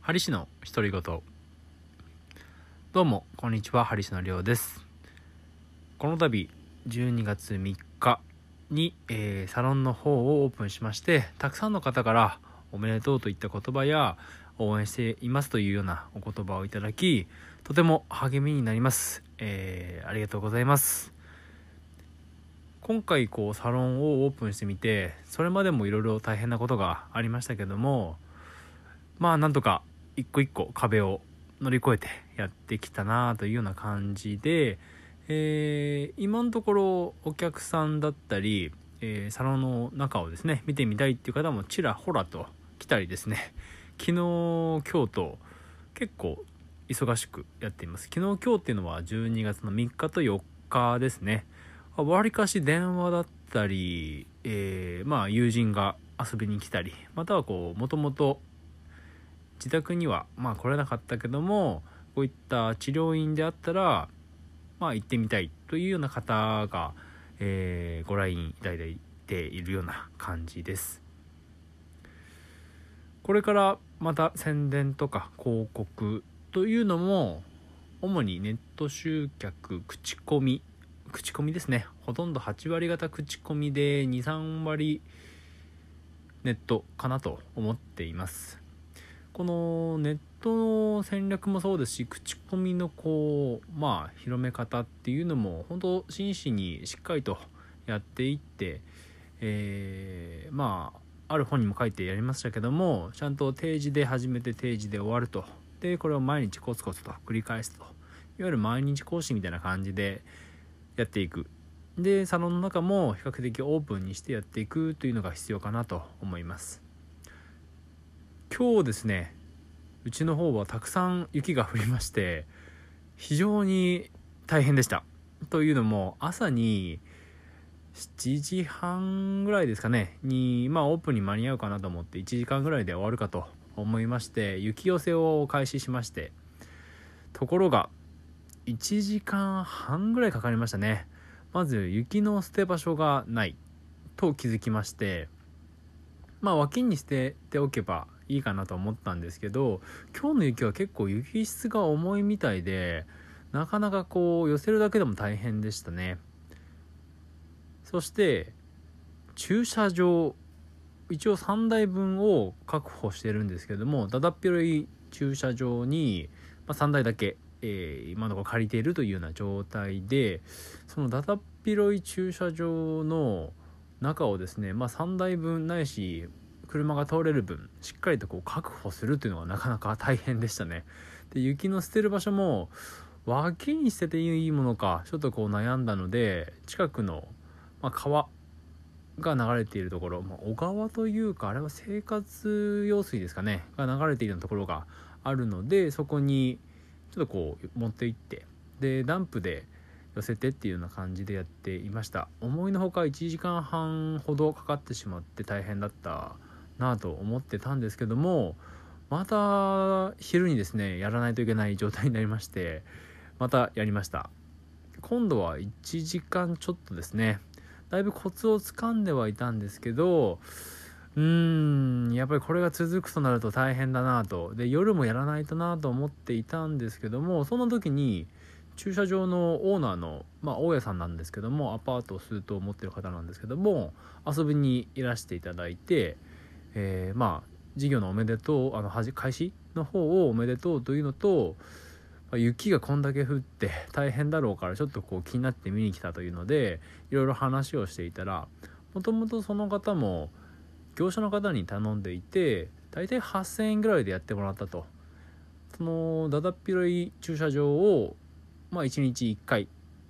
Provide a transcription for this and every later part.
ハリシの独り言。どうもこんにちは、ハリシのりょうです。この度12月3日に、サロンの方をオープンしまして、たくさんの方からおめでとうといった言葉や応援していますというようなお言葉をいただき、とても励みになります。ありがとうございます。今回サロンをオープンしてみて、それまでもいろいろ大変なことがありましたけども、なんとか一個一個壁を乗り越えてやってきたなというような感じで、今のところお客さんだったり、サロンの中をですね見てみたいっていう方もちらほらと来たりですね、昨日今日と結構忙しくやっています。昨日今日っていうのは12月の3日と4日ですね。わりかし電話だったり、友人が遊びに来たり、またはもともと自宅には来れなかったけども、こういった治療院であったら行ってみたいというような方が、ご来院いただいているような感じです。これからまた宣伝とか広告というのも主にネット集客、口コミですね。ほとんど8割方口コミで 2,3 割ネットかなと思っています。このネットの戦略もそうですし、口コミの広め方っていうのも本当真摯にしっかりとやっていって、ある本にも書いてやりましたけども、ちゃんと定時で始めて定時で終わると。でこれを毎日コツコツと繰り返すと、いわゆる毎日講師みたいな感じでやっていく。でサロンの中も比較的オープンにしてやっていくというのが必要かなと思います。今日ですね、うちの方はたくさん雪が降りまして、非常に大変でした。というのも朝に7時半ぐらいですかねに、オープンに間に合うかなと思って1時間ぐらいで終わるかと思いまして雪寄せを開始しまして、ところが1時間半ぐらいかかりましたね。まず雪の捨て場所がないと気づきまして、脇に捨てておけばいいかなと思ったんですけど、今日の雪は結構雪質が重いみたいで、なかなか寄せるだけでも大変でしたね。そして駐車場、一応3台分を確保してるんですけども、だだっ広い駐車場に、3台だけ、今のところ借りているというような状態で、そのだだっ広い駐車場の中をですね、3台分ないし車が通れる分しっかりと確保するというのがなかなか大変でしたね。で雪の捨てる場所も脇に捨てていいものかちょっと悩んだので、近くの、川が流れているところ、小川というかあれは生活用水ですかねが流れているようなところがあるので、そこにちょっと持って行って、でダンプで寄せてっていうような感じでやっていました。思いのほか1時間半ほどかかってしまって大変だったなと思ってたんですけども、また昼にですねやらないといけない状態になりまして、またやりました。今度は1時間ちょっとですね。だいぶコツをつかんではいたんですけど、やっぱりこれが続くとなると大変だなと。で夜もやらないとなと思っていたんですけども、そんな時に駐車場のオーナーの、大家さんなんですけども、アパートを数棟持ってる方なんですけども、遊びにいらしていただいて、事業のおめでとう、開始の方をおめでとうというのと、雪がこんだけ降って大変だろうからちょっと気になって見に来たというので、いろいろ話をしていたら、もともとその方も業者の方に頼んでいて、だいたい8,000円ぐらいでやってもらったと。そのだだっ広い駐車場を1日1回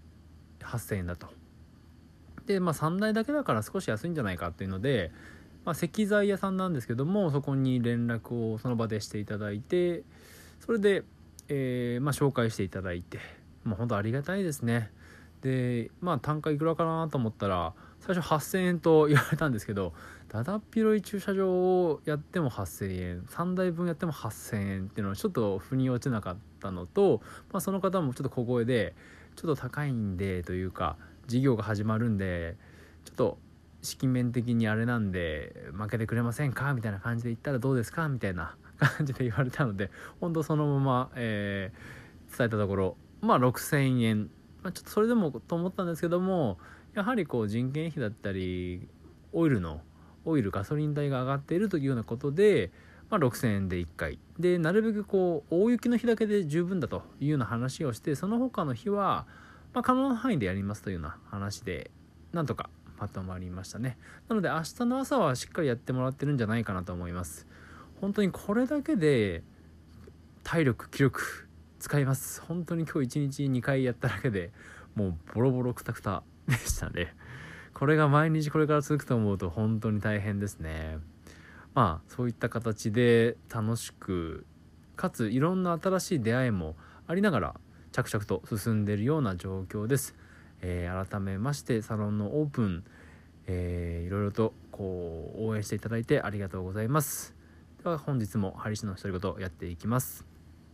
8,000円だと。で3台だけだから少し安いんじゃないかっていうので、石材屋さんなんですけども、そこに連絡をその場でしていただいて、それで、紹介していただいて、本当ありがたいですね。で単価いくらかなと思ったら、最初8,000円と言われたんですけど、だだっ広い駐車場をやっても8,000円、3台分やっても8,000円っていうのはちょっと腑に落ちなかったのと、その方もちょっと小声で、ちょっと高いんでというか、事業が始まるんでちょっと資金面的にあれなんで負けてくれませんかみたいな感じで言ったらどうですかみたいな感じで言われたので、本当そのまま、伝えたところ6000円、ちょっとそれでもと思ったんですけども、やはり人件費だったりオイルガソリン代が上がっているというようなことで、6000円で1回で、なるべく大雪の日だけで十分だというような話をして、その他の日は、可能な範囲でやりますというような話でなんとかまとまりましたね。なので明日の朝はしっかりやってもらってるんじゃないかなと思います。本当にこれだけで体力気力使います。本当に今日1日2回やっただけでもうボロボロクタクタでしたね。これが毎日これから続くと思うと本当に大変ですね。そういった形で楽しくかついろんな新しい出会いもありながら着々と進んでいるような状況です。改めましてサロンのオープン、いろいろと応援していただいてありがとうございます。では本日もハリシの独り言やっていきます。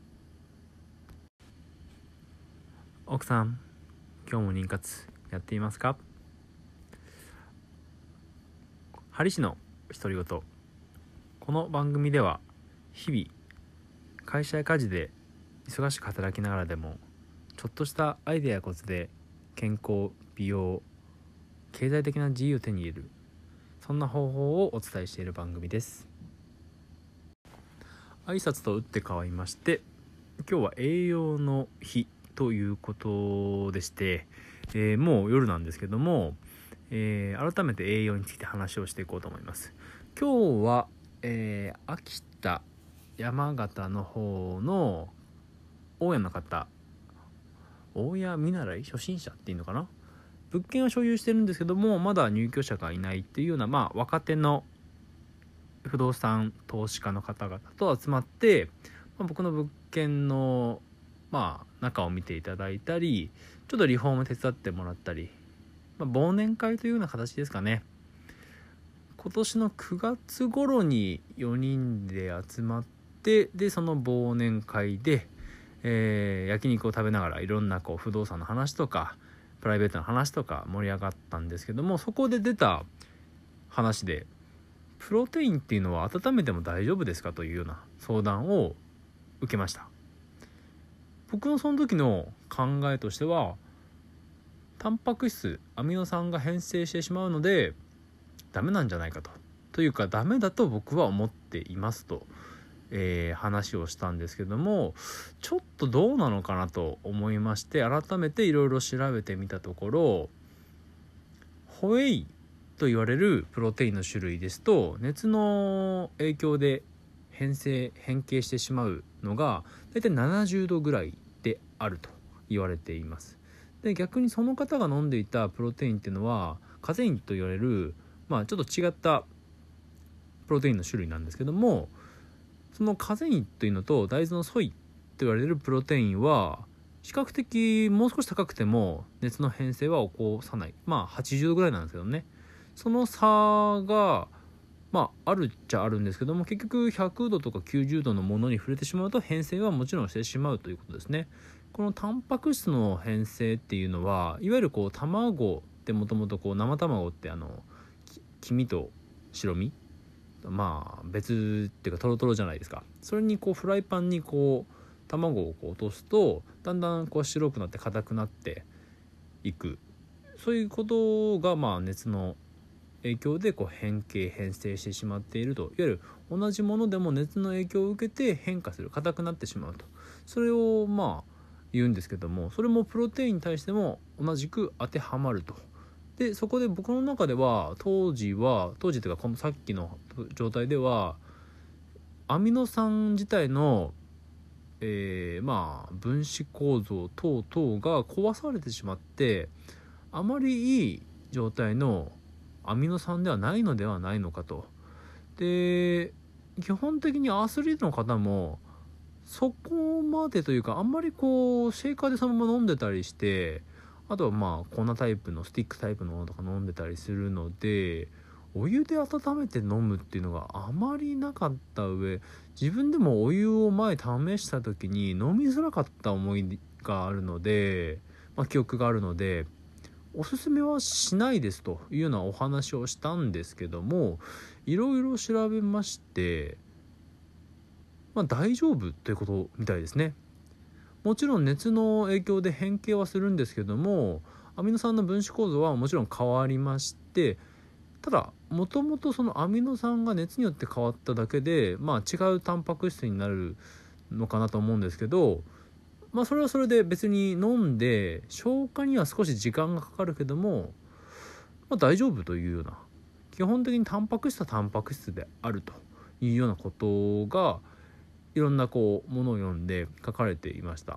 奥さん、今日も妊活やっていますか？ハリシの独り言。この番組では日々会社や家事で忙しく働きながらでもちょっとしたアイデアやコツで健康、美容、経済的な自由を手に入れる、そんな方法をお伝えしている番組です。挨拶と打って変わりまして、今日は栄養の日ということでして、もう夜なんですけども、改めて栄養について話をしていこうと思います。今日は、秋田、山形の方の大家の方、大家見習い初心者っていうのかな、物件を所有してるんですけどもまだ入居者がいないっていうような、若手の不動産投資家の方々と集まって、僕の物件の中を見ていただいたり、ちょっとリフォーム手伝ってもらったり、忘年会というような形ですかね。今年の9月頃に4人で集まって、でその忘年会で、焼肉を食べながらいろんな不動産の話とかプライベートの話とか盛り上がったんですけども、そこで出た話でプロテインっていうのは温めても大丈夫ですかというような相談を受けました。僕のその時の考えとしては、タンパク質アミノ酸が変性してしまうのでダメなんじゃないかというかダメだと僕は思っていますと、話をしたんですけども、ちょっとどうなのかなと思いまして、改めていろいろ調べてみたところ、ホエイと言われるプロテインの種類ですと熱の影響で変形してしまうのがだいたい70度ぐらいであると言われています。で逆にその方が飲んでいたプロテインっていうのはカゼインと言われる、ちょっと違ったプロテインの種類なんですけども、そのカゼインというのと大豆のソイと言われるプロテインは比較的もう少し高くても熱の変性は起こさない、80度ぐらいなんですけどね、その差があるっちゃあるんですけども、結局100度とか90度のものに触れてしまうと変性はもちろんしてしまうということですね。このタンパク質の変性っていうのはいわゆる卵ってもともと生卵って黄身と白身別っていうかトロトロじゃないですか。それにフライパンに卵を落とすとだんだん白くなって硬くなっていく、そういうことが熱の影響で変性してしまっていると。いわゆる同じものでも熱の影響を受けて変化する、硬くなってしまうと、それを言うんですけども、それもプロテインに対しても同じく当てはまると。でそこで僕の中では当時というかこのさっきの状態ではアミノ酸自体の、分子構造等々が壊されてしまってあまりいい状態のアミノ酸ではないのではないのかと。で基本的にアスリートの方もそこまでというかあんまりシェイカーでそのまま飲んでたりして、あとは粉タイプのスティックタイプのものとか飲んでたりするので、お湯で温めて飲むっていうのがあまりなかった上、自分でもお湯を前試した時に飲みづらかった思いがあるので、記憶があるのでおすすめはしないですというようなお話をしたんですけども、いろいろ調べまして大丈夫ということみたいですね。もちろん熱の影響で変形はするんですけども、アミノ酸の分子構造はもちろん変わりまして、ただもともとそのアミノ酸が熱によって変わっただけで、違うタンパク質になるのかなと思うんですけど、それはそれで別に飲んで消化には少し時間がかかるけども、大丈夫というような、基本的にタンパク質はタンパク質であるというようなことがいろんなものを読んで書かれていました。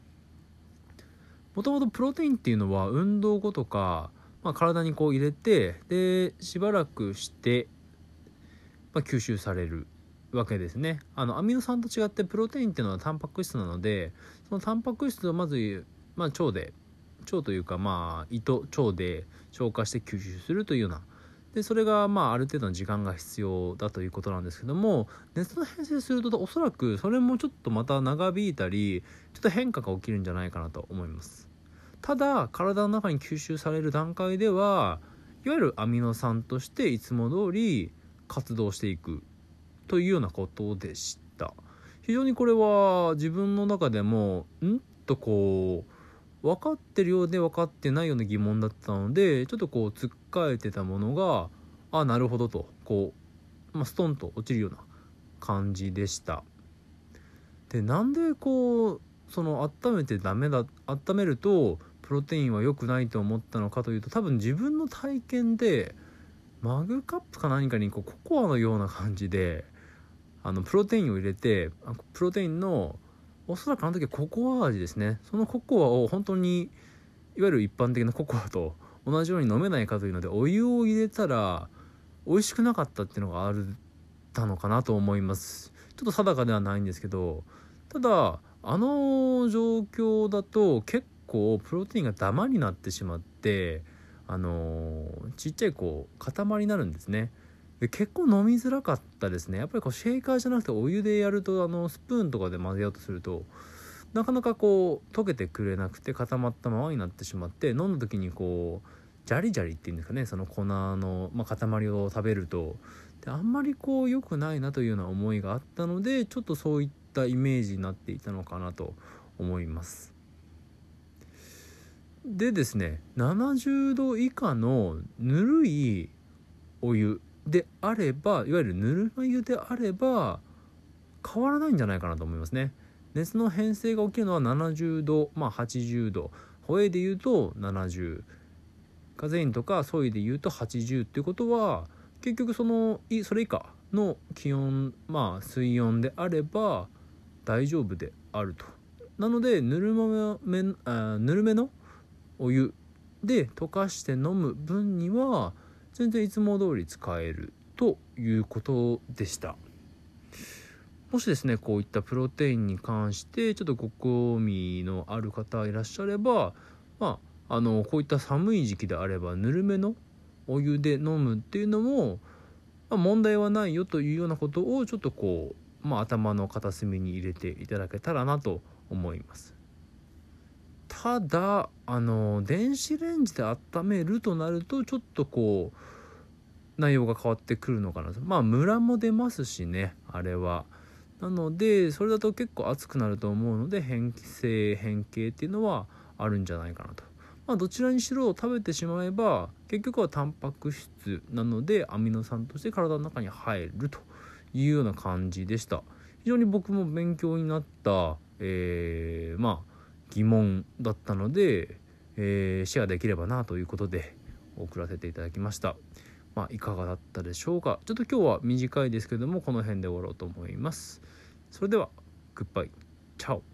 もともとプロテインっていうのは運動後とか、体に入れて、でしばらくして、吸収されるわけですね。アミノ酸と違ってプロテインっていうのはタンパク質なので、そのタンパク質をまず、腸というか腸で消化して吸収するというような、でそれがある程度の時間が必要だということなんですけども、熱の変性するとおそらくそれもちょっとまた長引いたり、ちょっと変化が起きるんじゃないかなと思います。ただ体の中に吸収される段階ではいわゆるアミノ酸としていつも通り活動していくというようなことでした。非常にこれは自分の中でも分かってるようで分かってないような疑問だったので、ちょっとつっかえてたものがなるほどとストンと落ちるような感じでした。でなんで温めるとプロテインは良くないと思ったのかというと、多分自分の体験でマグカップか何かにココアのような感じでプロテインを入れて、プロテインのおそらくあの時はココア味ですね、そのココアを本当にいわゆる一般的なココアと同じように飲めないかというのでお湯を入れたら美味しくなかったっていうのがあったのかなと思います。ちょっと定かではないんですけど、ただ状況だと結構プロテインがダマになってしまって、ちっちゃい塊になるんですね。で結構飲みづらかったですね。やっぱりシェイカーじゃなくてお湯でやるとスプーンとかで混ぜようとするとなかなか溶けてくれなくて固まったままになってしまって、飲んだ時にジャリジャリっていうんですかね、その粉の、塊を食べるとあんまり良くないなというような思いがあったので、ちょっとそういったイメージになっていたのかなと思います。でですね、70度以下のぬるいお湯であれば、いわゆるぬるま湯であれば変わらないんじゃないかなと思いますね。熱の変性が起きるのは70度、80度、ホエイでいうと70、カゼインとかソイでいうと80っていうことは、結局それ以下の気温、水温であれば大丈夫であると。なのでぬるめのお湯で溶かして飲む分には全然いつも通り使えるということでした。もしですねこういったプロテインに関してちょっとご興味のある方いらっしゃれば、こういった寒い時期であればぬるめのお湯で飲むっていうのも、問題はないよというようなことをちょっと頭の片隅に入れていただけたらなと思います。ただ電子レンジで温めるとなるとちょっと内容が変わってくるのかな。ムラも出ますしね、あれは。なのでそれだと結構熱くなると思うので変形っていうのはあるんじゃないかなと。どちらにしろ食べてしまえば結局はタンパク質なのでアミノ酸として体の中に入るというような感じでした。非常に僕も勉強になった、疑問だったので、シェアできればなということで送らせていただきました。いかがだったでしょうか。ちょっと今日は短いですけどもこの辺で終わろうと思います。それではグッバイチャオ。